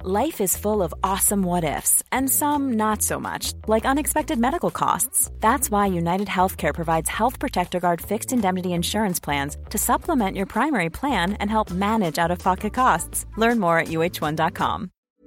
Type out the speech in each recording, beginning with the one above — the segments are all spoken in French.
Life is full of awesome what-ifs, and some not so much, like unexpected medical costs. That's why United Healthcare provides Health Protector Guard fixed indemnity insurance plans to supplement your primary plan and help manage out-of-pocket costs. Learn more at uh1.com.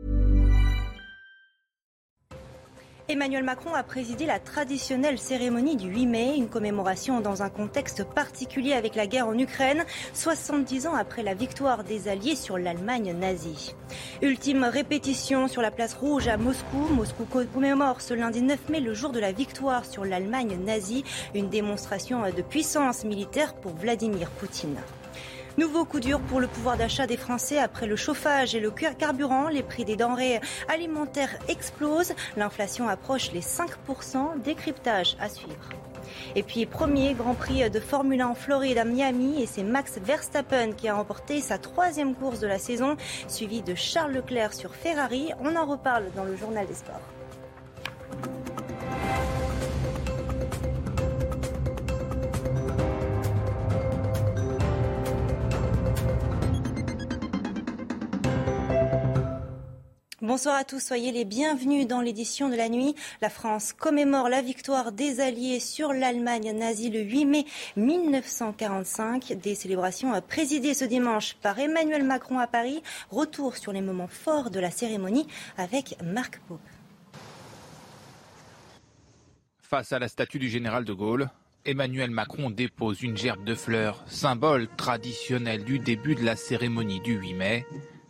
Emmanuel Macron a présidé la traditionnelle cérémonie du 8 mai, une commémoration dans un contexte particulier avec la guerre en Ukraine, 70 ans après la victoire des Alliés sur l'Allemagne nazie. Ultime répétition sur la place rouge à Moscou. Moscou commémore ce lundi 9 mai le jour de la victoire sur l'Allemagne nazie, une démonstration de puissance militaire pour Vladimir Poutine. Nouveau coup dur pour le pouvoir d'achat des Français après le chauffage et le carburant. Les prix des denrées alimentaires explosent. L'inflation approche les 5%. Décryptage à suivre. Et puis, premier Grand Prix de Formule 1 en Floride à Miami. Et c'est Max Verstappen qui a remporté sa 3e course de la saison, suivi de Charles Leclerc sur Ferrari. On en reparle dans le journal des sports. Bonsoir à tous, soyez les bienvenus dans l'édition de la nuit. La France commémore la victoire des Alliés sur l'Allemagne nazie le 8 mai 1945. Des célébrations présidées ce dimanche par Emmanuel Macron à Paris. Retour sur les moments forts de la cérémonie avec Marc Pope. Face à la statue du général de Gaulle, Emmanuel Macron dépose une gerbe de fleurs, symbole traditionnel du début de la cérémonie du 8 mai.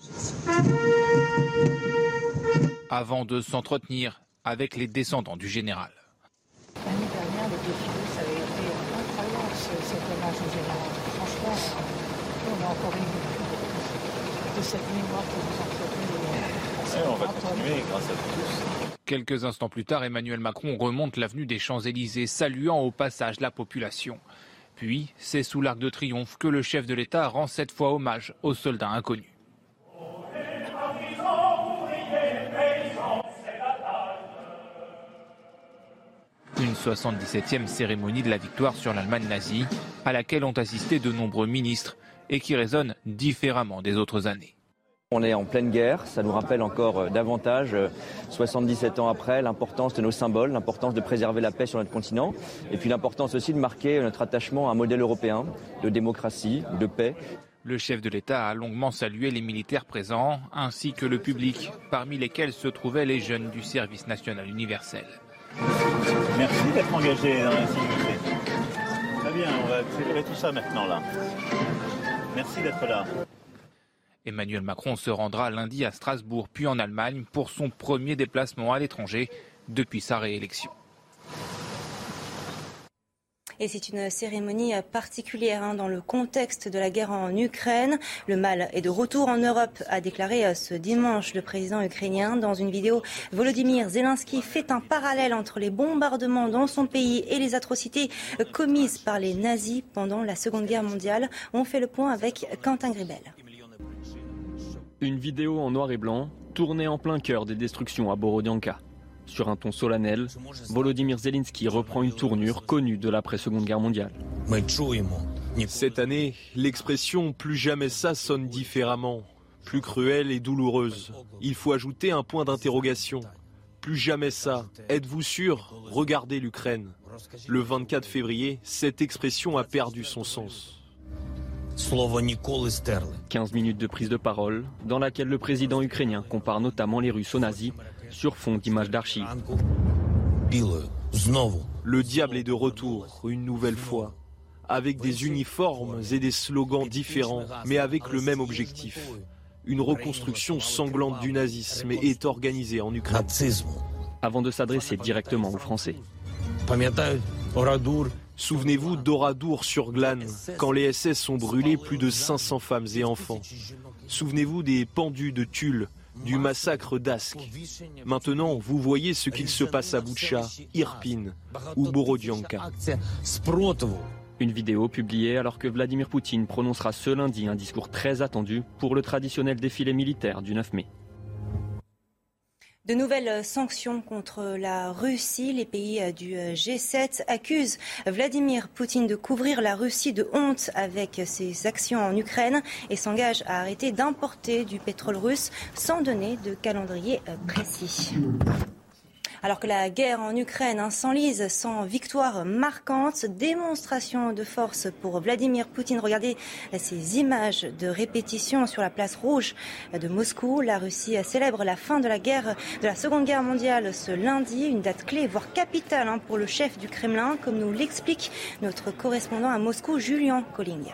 Avant de s'entretenir avec les descendants du général. L'année dernière, le défilé, ça avait été incroyable, cet hommage au général. Franchement, on a encore une de cette mémoire que vous entretenez. On va continuer grâce à vous tous. Quelques instants plus tard, Emmanuel Macron remonte l'avenue des Champs-Élysées, saluant au passage la population. Puis, c'est sous l'Arc de Triomphe que le chef de l'État rend cette fois hommage aux soldats inconnus. Une 77e cérémonie de la victoire sur l'Allemagne nazie, à laquelle ont assisté de nombreux ministres et qui résonne différemment des autres années. On est en pleine guerre, ça nous rappelle encore davantage, 77 ans après, l'importance de nos symboles, l'importance de préserver la paix sur notre continent, et puis l'importance aussi de marquer notre attachement à un modèle européen de démocratie, de paix. Le chef de l'État a longuement salué les militaires présents, ainsi que le public, parmi lesquels se trouvaient les jeunes du service national universel. Merci d'être engagé dans la civilité. Très bien, on va accélérer tout ça maintenant là. Merci d'être là. Emmanuel Macron se rendra lundi à Strasbourg puis en Allemagne pour son premier déplacement à l'étranger depuis sa réélection. Et c'est une cérémonie particulière dans le contexte de la guerre en Ukraine. Le mal est de retour en Europe, a déclaré ce dimanche le président ukrainien. Dans une vidéo, Volodymyr Zelensky fait un parallèle entre les bombardements dans son pays et les atrocités commises par les nazis pendant la Seconde Guerre mondiale. On fait le point avec Quentin Gribel. Une vidéo en noir et blanc, tournée en plein cœur des destructions à Borodianka. Sur un ton solennel, Volodymyr Zelensky reprend une tournure connue de l'après-Seconde Guerre mondiale. Cette année, l'expression « plus jamais ça » sonne différemment, plus cruelle et douloureuse. Il faut ajouter un point d'interrogation. Plus jamais ça. Êtes-vous sûr? Regardez l'Ukraine. Le 24 février, cette expression a perdu son sens. 15 minutes de prise de parole, dans laquelle le président ukrainien compare notamment les Russes aux nazis, sur fond d'images d'archives. Le diable est de retour, une nouvelle fois, avec des uniformes et des slogans différents, mais avec le même objectif. Une reconstruction sanglante du nazisme est organisée en Ukraine. Avant de s'adresser directement aux Français. Souvenez-vous d'Oradour-sur-Glane, quand les SS ont brûlé plus de 500 femmes et enfants. Souvenez-vous des pendus de Tulle, du massacre d'Ask. Maintenant, vous voyez ce qu'il se passe à Boutcha, Irpin ou Borodianka. Une vidéo publiée alors que Vladimir Poutine prononcera ce lundi un discours très attendu pour le traditionnel défilé militaire du 9 mai. De nouvelles sanctions contre la Russie. Les pays du G7 accusent Vladimir Poutine de couvrir la Russie de honte avec ses actions en Ukraine et s'engagent à arrêter d'importer du pétrole russe sans donner de calendrier précis. Alors que la guerre en Ukraine s'enlise sans victoire marquante, démonstration de force pour Vladimir Poutine. Regardez ces images de répétition sur la place rouge de Moscou. La Russie célèbre la fin de la Seconde Guerre mondiale ce lundi, une date clé, voire capitale pour le chef du Kremlin, comme nous l'explique notre correspondant à Moscou, Julian Colling.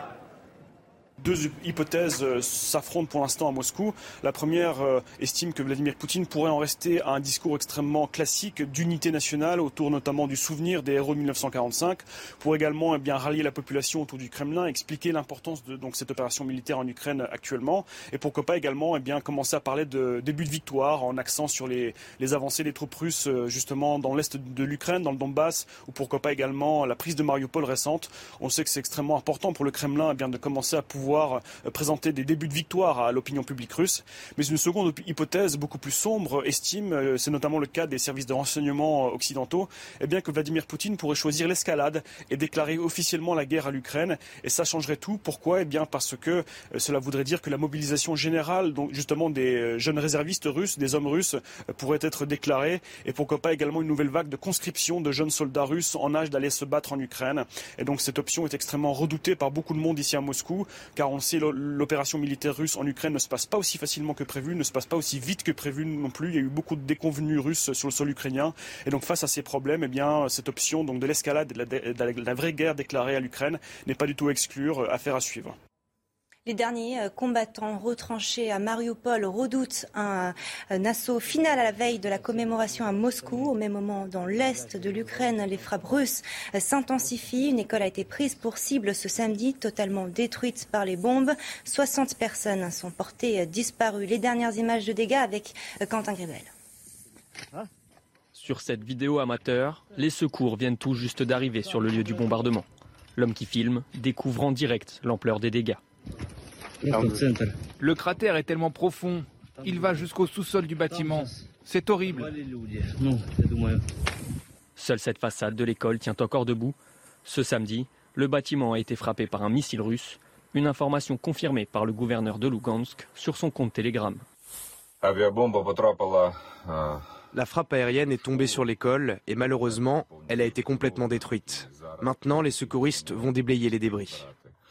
Deux hypothèses s'affrontent pour l'instant à Moscou. La première estime que Vladimir Poutine pourrait en rester à un discours extrêmement classique d'unité nationale autour notamment du souvenir des héros de 1945, pour également rallier la population autour du Kremlin, expliquer l'importance de cette opération militaire en Ukraine actuellement, et pourquoi pas également commencer à parler de début de victoire en accent sur les avancées des troupes russes justement dans l'est de l'Ukraine, dans le Donbass, ou pourquoi pas également la prise de Mariupol récente. On sait que c'est extrêmement important pour le Kremlin de commencer à pouvoir présenter des débuts de victoire à l'opinion publique russe. Mais une seconde hypothèse beaucoup plus sombre estime, c'est notamment le cas des services de renseignement occidentaux, que Vladimir Poutine pourrait choisir l'escalade et déclarer officiellement la guerre à l'Ukraine. Et ça changerait tout. Pourquoi ? Parce que cela voudrait dire que la mobilisation générale, donc justement des jeunes réservistes russes, des hommes russes, pourrait être déclarée. Et pourquoi pas également une nouvelle vague de conscription de jeunes soldats russes en âge d'aller se battre en Ukraine. Et donc cette option est extrêmement redoutée par beaucoup de monde ici à Moscou, car on le sait, l'opération militaire russe en Ukraine ne se passe pas aussi facilement que prévu, ne se passe pas aussi vite que prévu non plus. Il y a eu beaucoup de déconvenues russes sur le sol ukrainien. Et donc face à ces problèmes, cette option de l'escalade et de la vraie guerre déclarée à l'Ukraine n'est pas du tout à exclure, affaire à suivre. Les derniers combattants retranchés à Mariupol redoutent un assaut final à la veille de la commémoration à Moscou. Au même moment, dans l'est de l'Ukraine, les frappes russes s'intensifient. Une école a été prise pour cible ce samedi, totalement détruite par les bombes. 60 personnes sont portées disparues. Les dernières images de dégâts avec Quentin Gribel. Sur cette vidéo amateur, les secours viennent tout juste d'arriver sur le lieu du bombardement. L'homme qui filme découvre en direct l'ampleur des dégâts. Le cratère est tellement profond, il va jusqu'au sous-sol du bâtiment. C'est horrible. Seule cette façade de l'école tient encore debout. Ce samedi, le bâtiment a été frappé par un missile russe, une information confirmée par le gouverneur de Lugansk sur son compte Telegram. La frappe aérienne est tombée sur l'école et malheureusement, elle a été complètement détruite. Maintenant, les secouristes vont déblayer les débris.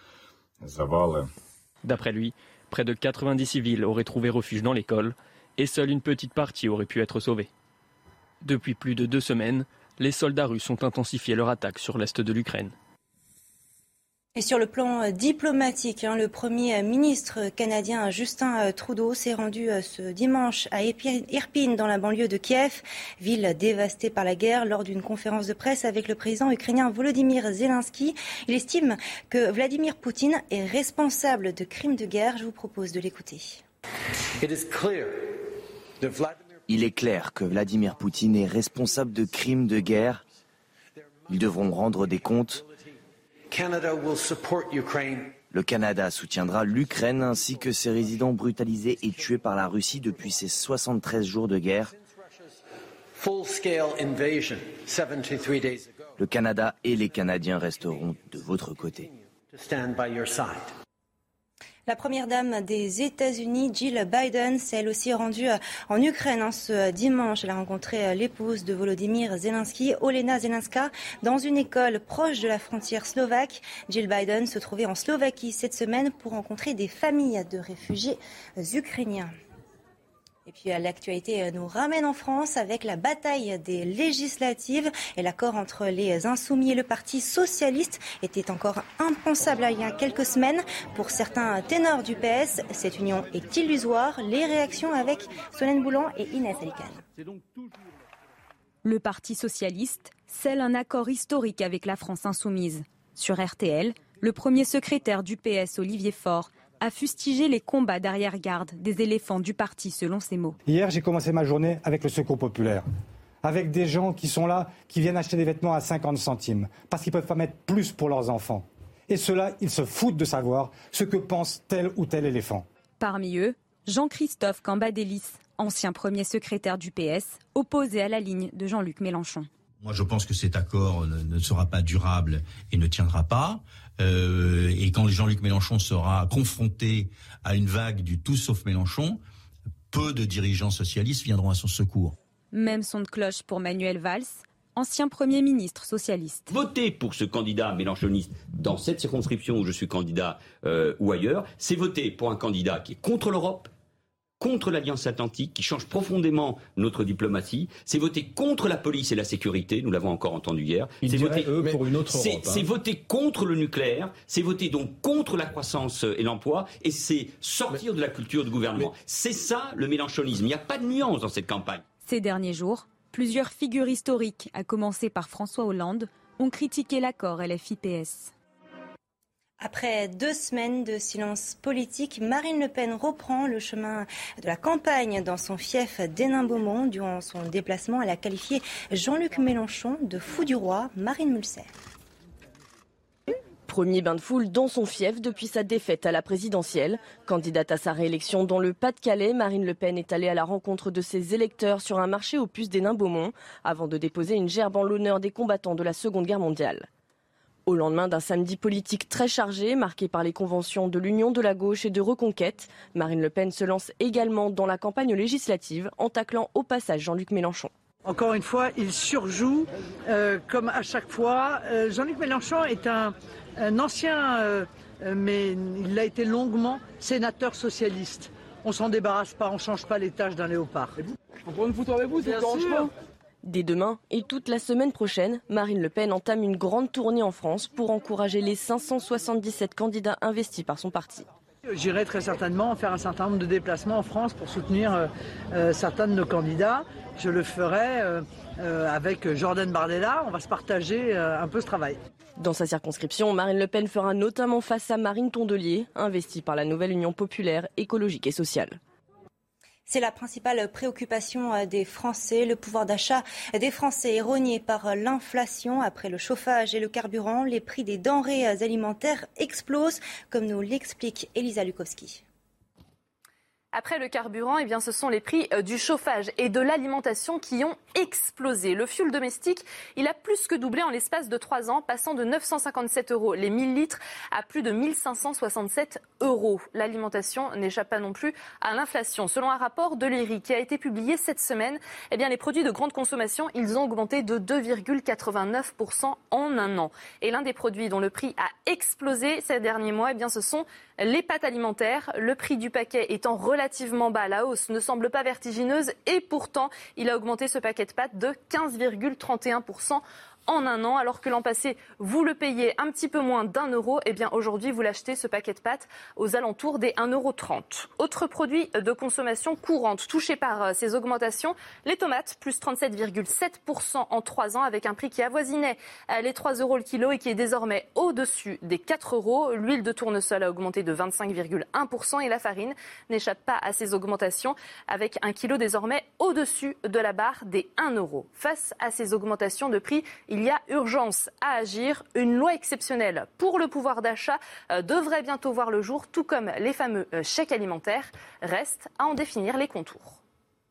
D'après lui, près de 90 civils auraient trouvé refuge dans l'école et seule une petite partie aurait pu être sauvée. Depuis plus de 2 semaines, les soldats russes ont intensifié leur attaque sur l'est de l'Ukraine. Et sur le plan diplomatique, le Premier ministre canadien Justin Trudeau s'est rendu ce dimanche à Irpin, dans la banlieue de Kiev, ville dévastée par la guerre. Lors d'une conférence de presse avec le président ukrainien Volodymyr Zelensky, il estime que Vladimir Poutine est responsable de crimes de guerre. Je vous propose de l'écouter. Il est clair que Vladimir Poutine est responsable de crimes de guerre. Ils devront rendre des comptes. Le Canada soutiendra l'Ukraine ainsi que ses résidents brutalisés et tués par la Russie depuis ses 73 jours de guerre. Le Canada et les Canadiens resteront de votre côté. La première dame des États-Unis, Jill Biden, s'est elle aussi rendue en Ukraine ce dimanche. Elle a rencontré l'épouse de Volodymyr Zelensky, Olena Zelenska, dans une école proche de la frontière slovaque. Jill Biden se trouvait en Slovaquie cette semaine pour rencontrer des familles de réfugiés ukrainiens. Et puis l'actualité nous ramène en France avec la bataille des législatives et l'accord entre les Insoumis et le Parti socialiste était encore impensable il y a quelques semaines. Pour certains ténors du PS, cette union est illusoire. Les réactions avec Solène Boulan et Inès Alicane. Le Parti socialiste scelle un accord historique avec la France insoumise. Sur RTL, le premier secrétaire du PS, Olivier Faure, a fustigé les combats d'arrière-garde des éléphants du parti, selon ses mots. Hier, j'ai commencé ma journée avec le Secours populaire, avec des gens qui sont là, qui viennent acheter des vêtements à 50 centimes, parce qu'ils ne peuvent pas mettre plus pour leurs enfants. Et ceux-là, ils se foutent de savoir ce que pense tel ou tel éléphant. Parmi eux, Jean-Christophe Cambadélis, ancien premier secrétaire du PS, opposé à la ligne de Jean-Luc Mélenchon. Moi, je pense que cet accord ne sera pas durable et ne tiendra pas. Et quand Jean-Luc Mélenchon sera confronté à une vague du tout sauf Mélenchon, peu de dirigeants socialistes viendront à son secours. Même son de cloche pour Manuel Valls, ancien Premier ministre socialiste. Voter pour ce candidat mélenchoniste dans cette circonscription où je suis candidat ou ailleurs, c'est voter pour un candidat qui est contre l'Europe, contre l'Alliance Atlantique, qui change profondément notre diplomatie. C'est voter contre la police et la sécurité, nous l'avons encore entendu hier. C'est voter pour une autre Europe. C'est voter contre le nucléaire, c'est voter donc contre la croissance et l'emploi, et c'est sortir de la culture du gouvernement. C'est ça le mélenchonisme. Il n'y a pas de nuance dans cette campagne. Ces derniers jours, plusieurs figures historiques, à commencer par François Hollande, ont critiqué l'accord LFI-PS. Après 2 semaines de silence politique, Marine Le Pen reprend le chemin de la campagne dans son fief d'Hénin-Beaumont. Durant son déplacement, elle a qualifié Jean-Luc Mélenchon de fou du roi. Marine Mulser. Premier bain de foule dans son fief depuis sa défaite à la présidentielle. Candidate à sa réélection dans le Pas-de-Calais, Marine Le Pen est allée à la rencontre de ses électeurs sur un marché aux puces d'Hénin-Beaumont avant de déposer une gerbe en l'honneur des combattants de la Seconde Guerre mondiale. Au lendemain d'un samedi politique très chargé, marqué par les conventions de l'Union de la gauche et de Reconquête, Marine Le Pen se lance également dans la campagne législative en taclant au passage Jean-Luc Mélenchon. Encore une fois, il surjoue comme à chaque fois. Jean-Luc Mélenchon est un ancien, mais il a été longuement sénateur socialiste. On s'en débarrasse pas, on change pas les tâches d'un léopard. Je peux prendre une photo avec vous, ça ne dérange pas ? Dès demain et toute la semaine prochaine, Marine Le Pen entame une grande tournée en France pour encourager les 577 candidats investis par son parti. J'irai très certainement faire un certain nombre de déplacements en France pour soutenir certains de nos candidats. Je le ferai avec Jordan Bardella. On va se partager un peu ce travail. Dans sa circonscription, Marine Le Pen fera notamment face à Marine Tondelier, investie par la nouvelle Union populaire, écologique et sociale. C'est la principale préoccupation des Français. Le pouvoir d'achat des Français est rogné par l'inflation. Après le chauffage et le carburant, les prix des denrées alimentaires explosent, comme nous l'explique Elisa Lukowski. Après le carburant, eh bien, ce sont les prix du chauffage et de l'alimentation qui ont explosé. Le fioul domestique, il a plus que doublé en l'espace de 3 ans, passant de 957 € les 1000 litres à plus de 1567 €. L'alimentation n'échappe pas non plus à l'inflation. Selon un rapport de l'IRI qui a été publié cette semaine, eh bien, les produits de grande consommation, ils ont augmenté de 2,89% en un an. Et l'un des produits dont le prix a explosé ces derniers mois, eh bien, ce sont les pâtes alimentaires. Le prix du paquet étant relativement bas, la hausse ne semble pas vertigineuse et pourtant, il a augmenté ce paquet de pâtes de 15,31% en un an, alors que l'an passé, vous le payez un petit peu moins d'1 €, eh bien aujourd'hui, vous l'achetez ce paquet de pâtes aux alentours des 1,30 €. Autre produit de consommation courante touché par ces augmentations, les tomates, plus 37,7% en 3 ans, avec un prix qui avoisinait les 3 € le kilo et qui est désormais au-dessus des 4 €. L'huile de tournesol a augmenté de 25,1% et la farine n'échappe pas à ces augmentations, avec un kilo désormais au-dessus de la barre des 1 €. Face à ces augmentations de prix, il y a urgence à agir. Une loi exceptionnelle pour le pouvoir d'achat devrait bientôt voir le jour, tout comme les fameux chèques alimentaires. Reste à en définir les contours.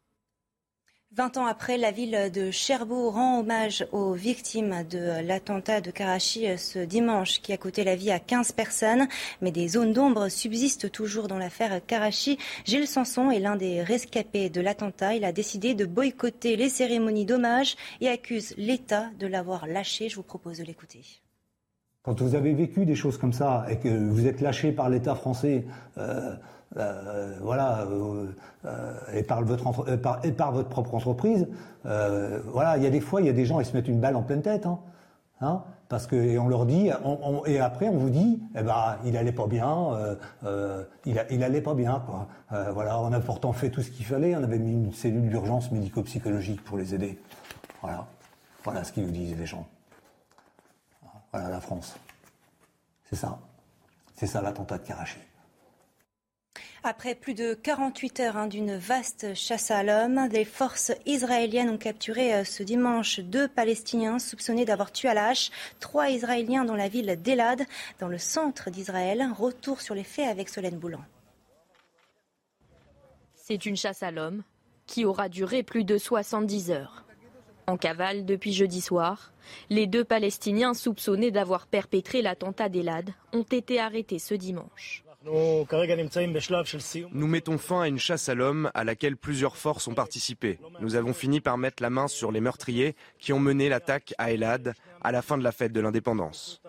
20 ans après, la ville de Cherbourg rend hommage aux victimes de l'attentat de Karachi ce dimanche qui a coûté la vie à 15 personnes. Mais des zones d'ombre subsistent toujours dans l'affaire Karachi. Gilles Sanson est l'un des rescapés de l'attentat. Il a décidé de boycotter les cérémonies d'hommage et accuse l'État de l'avoir lâché. Je vous propose de l'écouter. Quand vous avez vécu des choses comme ça et que vous êtes lâché par l'État français, et par votre propre entreprise, il y a des fois, il y a des gens, ils se mettent une balle en pleine tête, parce que et on leur dit, et après on vous dit, il allait pas bien, il allait pas bien, quoi. On a pourtant fait tout ce qu'il fallait, on avait mis une cellule d'urgence médico-psychologique pour les aider. Voilà ce qu'ils nous disent les gens. Voilà la France. C'est ça l'attentat de Karachi. Après plus de 48 heures d'une vaste chasse à l'homme, les forces israéliennes ont capturé ce dimanche 2 Palestiniens soupçonnés d'avoir tué à la hache 3 Israéliens dans la ville d'Elad, dans le centre d'Israël. Retour sur les faits avec Solène Boulan. C'est une chasse à l'homme qui aura duré plus de 70 heures. En cavale depuis jeudi soir, les 2 Palestiniens soupçonnés d'avoir perpétré l'attentat d'Elad ont été arrêtés ce dimanche. Nous mettons fin à une chasse à l'homme à laquelle plusieurs forces ont participé. Nous avons fini par mettre la main sur les meurtriers qui ont mené l'attaque à Elad à la fin de la fête de l'indépendance.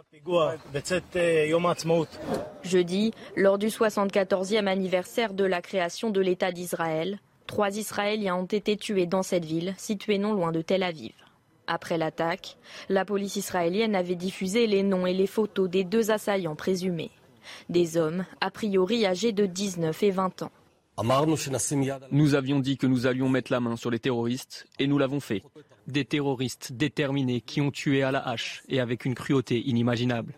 Jeudi, lors du 74e anniversaire de la création de l'État d'Israël, 3 Israéliens ont été tués dans cette ville, située non loin de Tel Aviv. Après l'attaque, la police israélienne avait diffusé les noms et les photos des 2 assaillants présumés. Des hommes, a priori âgés de 19 et 20 ans. Nous avions dit que nous allions mettre la main sur les terroristes et nous l'avons fait. Des terroristes déterminés qui ont tué à la hache et avec une cruauté inimaginable.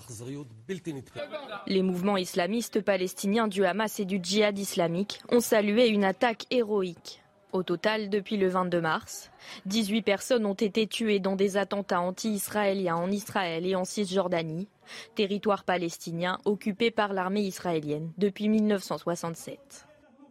Les mouvements islamistes palestiniens du Hamas et du djihad islamique ont salué une attaque héroïque. Au total, depuis le 22 mars, 18 personnes ont été tuées dans des attentats anti-israéliens en Israël et en Cisjordanie, territoire palestinien occupé par l'armée israélienne depuis 1967.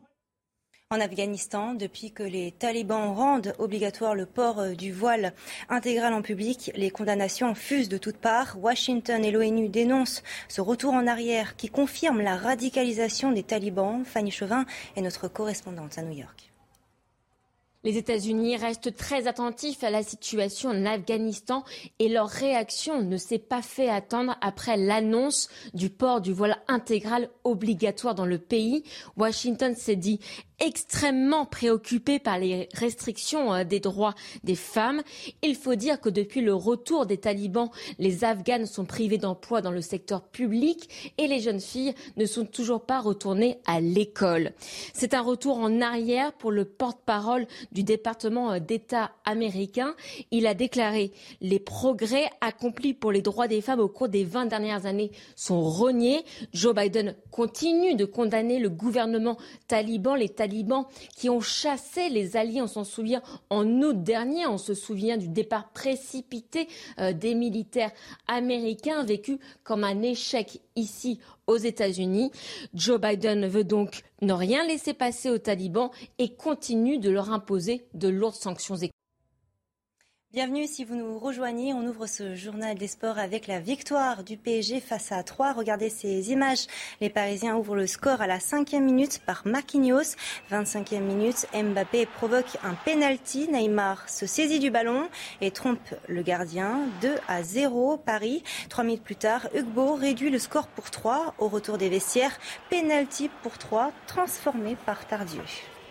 En Afghanistan, depuis que les talibans rendent obligatoire le port du voile intégral en public, les condamnations fusent de toutes parts. Washington et l'ONU dénoncent ce retour en arrière qui confirme la radicalisation des talibans. Fanny Chauvin est notre correspondante à New York. Les États-Unis restent très attentifs à la situation en Afghanistan et leur réaction ne s'est pas fait attendre après l'annonce du port du voile intégral obligatoire dans le pays. Washington s'est dit extrêmement préoccupé par les restrictions des droits des femmes. Il faut dire que depuis le retour des talibans, les Afghanes sont privées d'emploi dans le secteur public et les jeunes filles ne sont toujours pas retournées à l'école. C'est un retour en arrière pour le porte-parole du département d'État américain. Il a déclaré « Les progrès accomplis pour les droits des femmes au cours des 20 dernières années sont reniés ». Joe Biden continue de condamner le gouvernement taliban, les talibans qui ont chassé les alliés, on s'en souvient, en août dernier. On se souvient du départ précipité des militaires américains, vécu comme un échec ici aux États-Unis. Joe Biden veut donc ne rien laisser passer aux talibans et continue de leur imposer de lourdes sanctions économiques. Bienvenue si vous nous rejoignez. On ouvre ce journal des sports avec la victoire du PSG face à 3. Regardez ces images. Les Parisiens ouvrent le score à la 5e minute par Marquinhos. 25e minute, Mbappé provoque un penalty. Neymar se saisit du ballon et trompe le gardien. 2-0 Paris. 3 minutes plus tard, Ugbo réduit le score pour 3. Au retour des vestiaires, penalty pour 3 transformé par Tardieu.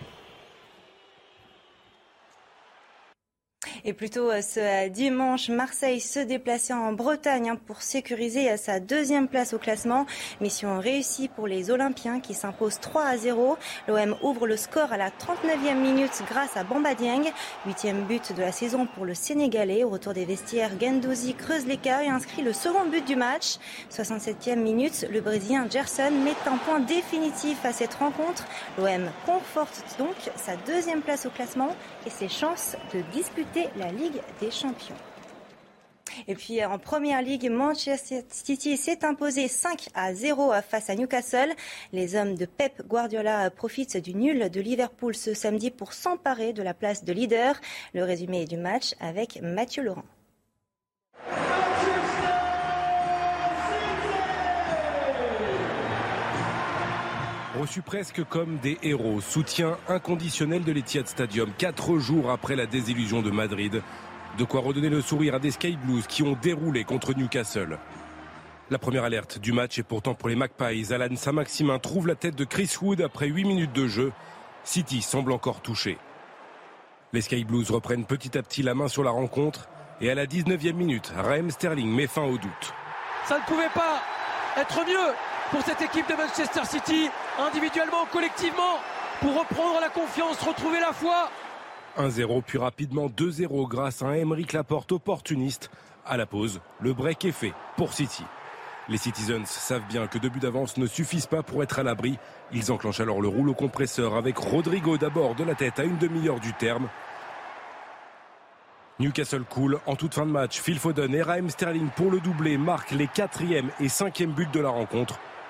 Et plutôt ce dimanche, Marseille se déplaçait en Bretagne pour sécuriser sa 2e place au classement. Mission réussie pour les Olympiens qui s'imposent 3-0. L'OM ouvre le score à la 39e minute grâce à Bamba Dieng. 8e but de la saison pour le Sénégalais. Au retour des vestiaires, Guendouzi creuse l'écart et inscrit le second but du match. 67e minute, le Brésilien Gerson met un point définitif à cette rencontre. L'OM conforte donc sa 2e place au classement et ses chances de disputer la Ligue des Champions. Et puis en Première Ligue, Manchester City s'est imposé 5-0 face à Newcastle. Les hommes de Pep Guardiola profitent du nul de Liverpool ce samedi pour s'emparer de la place de leader. Le résumé du match avec Mathieu Laurent. Reçus presque comme des héros, soutien inconditionnel de l'Etihad Stadium 4 jours après la désillusion de Madrid. De quoi redonner le sourire à des Sky Blues qui ont déroulé contre Newcastle. La première alerte du match est pourtant pour les Magpies. Alan Saint-Maximin trouve la tête de Chris Wood après 8 minutes de jeu. City semble encore touché. Les Sky Blues reprennent petit à petit la main sur la rencontre. Et à la 19e minute, Raheem Sterling met fin au doute. Ça ne pouvait pas être mieux pour cette équipe de Manchester City, individuellement, collectivement, pour reprendre la confiance, retrouver la foi. 1-0, puis rapidement 2-0 grâce à un Aymeric Laporte opportuniste. À la pause, le break est fait pour City. Les Citizens savent bien que 2 buts d'avance ne suffisent pas pour être à l'abri. Ils enclenchent alors le rouleau compresseur avec Rodrigo d'abord de la tête à une demi-heure du terme. Newcastle coule en toute fin de match. Phil Foden et Raheem Sterling pour le doublé marquent les 4e et 5e buts de la rencontre.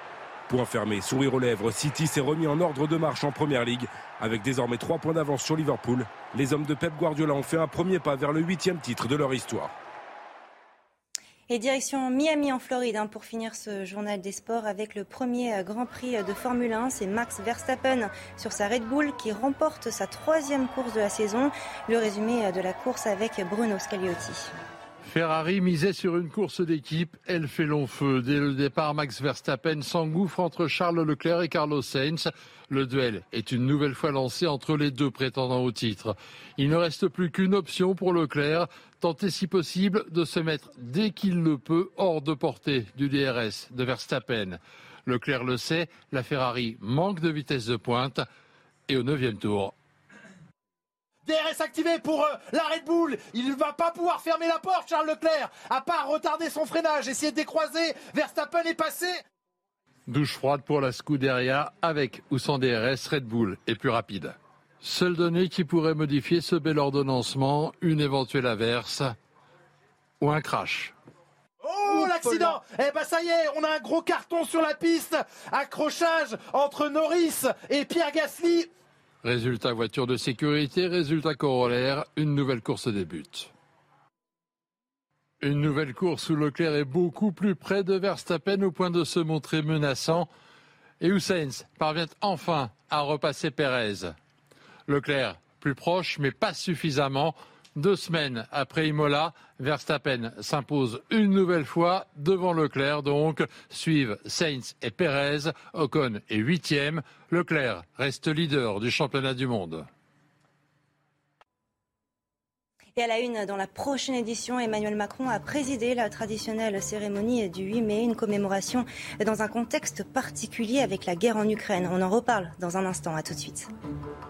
Point fermé, sourire aux lèvres, City s'est remis en ordre de marche en Première Ligue. Avec désormais 3 points d'avance sur Liverpool, les hommes de Pep Guardiola ont fait un premier pas vers le 8e titre de leur histoire. Et direction Miami en Floride pour finir ce journal des sports avec le premier Grand Prix de Formule 1. C'est Max Verstappen sur sa Red Bull qui remporte sa 3e course de la saison. Le résumé de la course avec Bruno Scagliotti. Ferrari misait sur une course d'équipe, elle fait long feu. Dès le départ, Max Verstappen s'engouffre entre Charles Leclerc et Carlos Sainz. Le duel est une nouvelle fois lancé entre les deux prétendants au titre. Il ne reste plus qu'une option pour Leclerc, tenter si possible de se mettre dès qu'il le peut hors de portée du DRS de Verstappen. Leclerc le sait, la Ferrari manque de vitesse de pointe et au 9e tour. DRS activé pour la Red Bull. Il ne va pas pouvoir fermer la porte, Charles Leclerc, à part retarder son freinage, essayer de décroiser. Verstappen est passé. Douche froide pour la Scuderia, avec ou sans DRS, Red Bull est plus rapide. Seule donnée qui pourrait modifier ce bel ordonnancement, une éventuelle averse ou un crash. Oh, l'accident! Eh ben ça y est, on a un gros carton sur la piste. Accrochage entre Norris et Pierre Gasly. Résultat voiture de sécurité, résultat corollaire, une nouvelle course débute. Une nouvelle course où Leclerc est beaucoup plus près de Verstappen au point de se montrer menaçant et où Sainz parvient enfin à repasser Pérez. Leclerc plus proche mais pas suffisamment. 2 semaines après Imola, Verstappen s'impose une nouvelle fois devant Leclerc. Donc suivent Sainz et Pérez. Ocon est 8e. Leclerc reste leader du championnat du monde. Et à la une, dans la prochaine édition, Emmanuel Macron a présidé la traditionnelle cérémonie du 8 mai, une commémoration dans un contexte particulier avec la guerre en Ukraine. On en reparle dans un instant, à tout de suite.